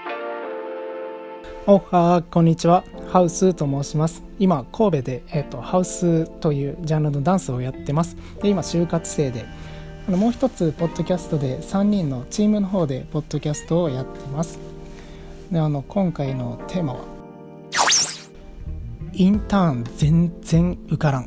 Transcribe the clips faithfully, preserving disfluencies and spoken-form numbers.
おはこんにちは、ハウスと申します。今神戸で、えーと、ハウスというジャンルのダンスをやってます。で今就活生で、あのもう一つポッドキャストでさんにんのチームの方でポッドキャストをやってます。であの今回のテーマはインターン全然受からん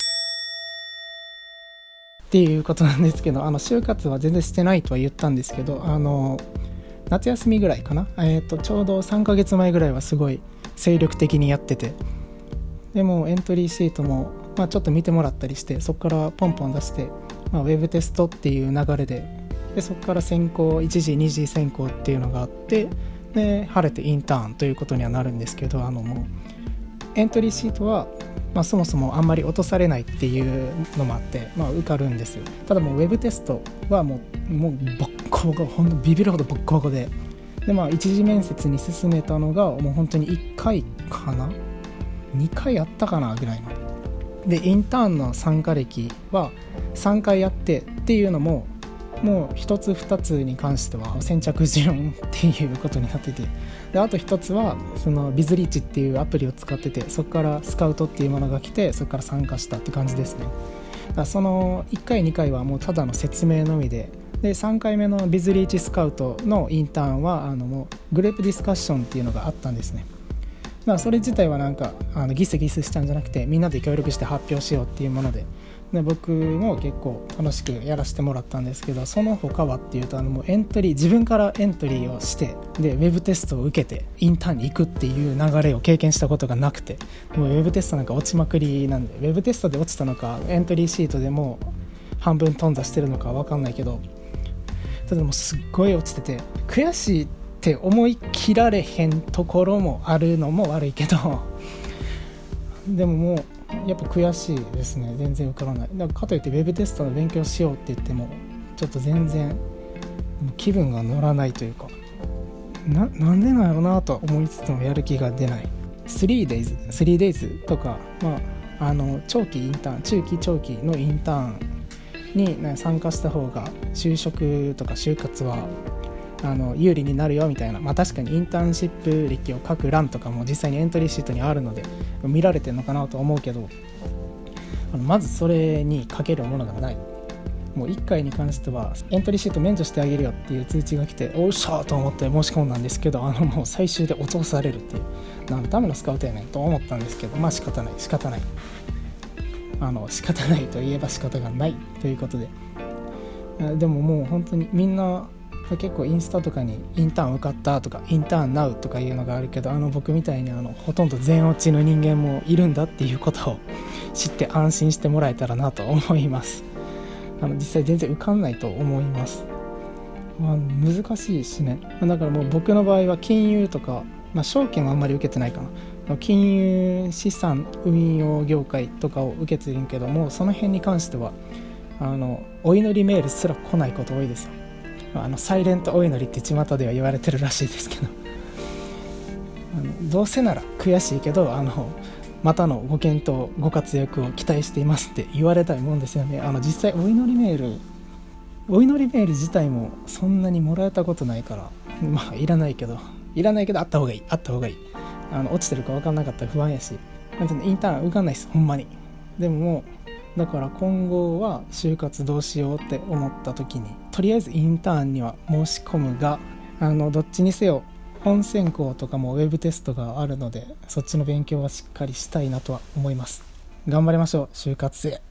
っていうことなんですけど、あの就活は全然してないとは言ったんですけど、あの夏休みぐらいかな、えーと、ちょうどさんかげつまえぐらいはすごい精力的にやってて、でもエントリーシートも、まあ、ちょっと見てもらったりして、そこからポンポン出して、まあ、ウェブテストっていう流れで、でそこから選考いち次に次選考っていうのがあって、で晴れてインターンということにはなるんですけど、あのもうエントリーシートは、まあ、そもそもあんまり落とされないっていうのもあって、まあ、受かるんですよ。ただもうウェブテストはもう、もうボッコボコ、ほんとビビるほどボッコボコで、でまあ一次面接に進めたのがもう本当にいっかいかなにかいあったかなぐらいので、インターンの参加歴はさんかいやってっていうのも、もうひとつふたつに関しては先着順っていうことになってて、であとひとつはそのビズリーチっていうアプリを使ってて、そこからスカウトっていうものが来て、そこから参加したって感じですね。だからそのいっかいにかいはもうただの説明のみで、でさんかいめのビズリーチスカウトのインターンはあのもうグループディスカッションっていうのがあったんですね。だからそれ自体はなんかあのギスギスしたんじゃなくて、みんなで協力して発表しようっていうもので、で僕も結構楽しくやらせてもらったんですけど、その他はっていうと、あのもうエントリー自分からエントリーをして、でウェブテストを受けてインターンに行くっていう流れを経験したことがなくて、もうウェブテストなんか落ちまくりなんで、ウェブテストで落ちたのかエントリーシートでもう半分頓挫してるのか分かんないけど、ただもうすっごい落ちてて悔しいって思い切られへんところもあるのも悪いけど、でももうやっぱ悔しいですね。全然受からない。だからかといってウェブテストの勉強しようって言ってもちょっと全然気分が乗らないというか、 な, なんでなんやろなと思いつつもやる気が出ない。 スリーデイズ スリーデイズとか、まあ、あの長期インターン中期長期のインターンに、ね、参加した方が就職とか就活はあの有利になるよみたいな、まあ、確かにインターンシップ歴を書く欄とかも実際にエントリーシートにあるので見られてるのかなと思うけど、あのまずそれに書けるものがない。もういっかいに関してはエントリーシート免除してあげるよっていう通知が来て、おっしゃーと思って申し込んだんですけど、あのもう最終で落とされるっていう、何のためのスカウトやねんと思ったんですけど、まあ仕方ない仕方ないあの仕方ないといえば仕方がないということで、でももう本当にみんな結構インスタとかにインターン受かったとかインターンナウとかいうのがあるけど、あの僕みたいにあのほとんど全落ちの人間もいるんだっていうことを知って安心してもらえたらなと思います。あの実際全然受かんないと思います。まあ、難しいしね。だからもう僕の場合は金融とか、まあ、証券はあんまり受けてないかな、金融資産運用業界とかを受けてるけども、その辺に関してはあのお祈りメールすら来ないこと多いですよ。あのサイレントお祈りって巷では言われてるらしいですけど、あのどうせなら悔しいけどあのまたのご検討ご活躍を期待していますって言われたいもんですよね。あの実際お祈りメールお祈りメール自体もそんなにもらえたことないから、まあいらないけどいらないけどあった方がいいあった方がいいあの落ちてるか分かんなかったら不安やし、なんて、ね、インターン受かんないですほんまに。でももうだから今後は就活どうしようって思った時に、とりあえずインターンには申し込むが、あのどっちにせよ本選考とかもウェブテストがあるので、そっちの勉強はしっかりしたいなとは思います。頑張りましょう就活生。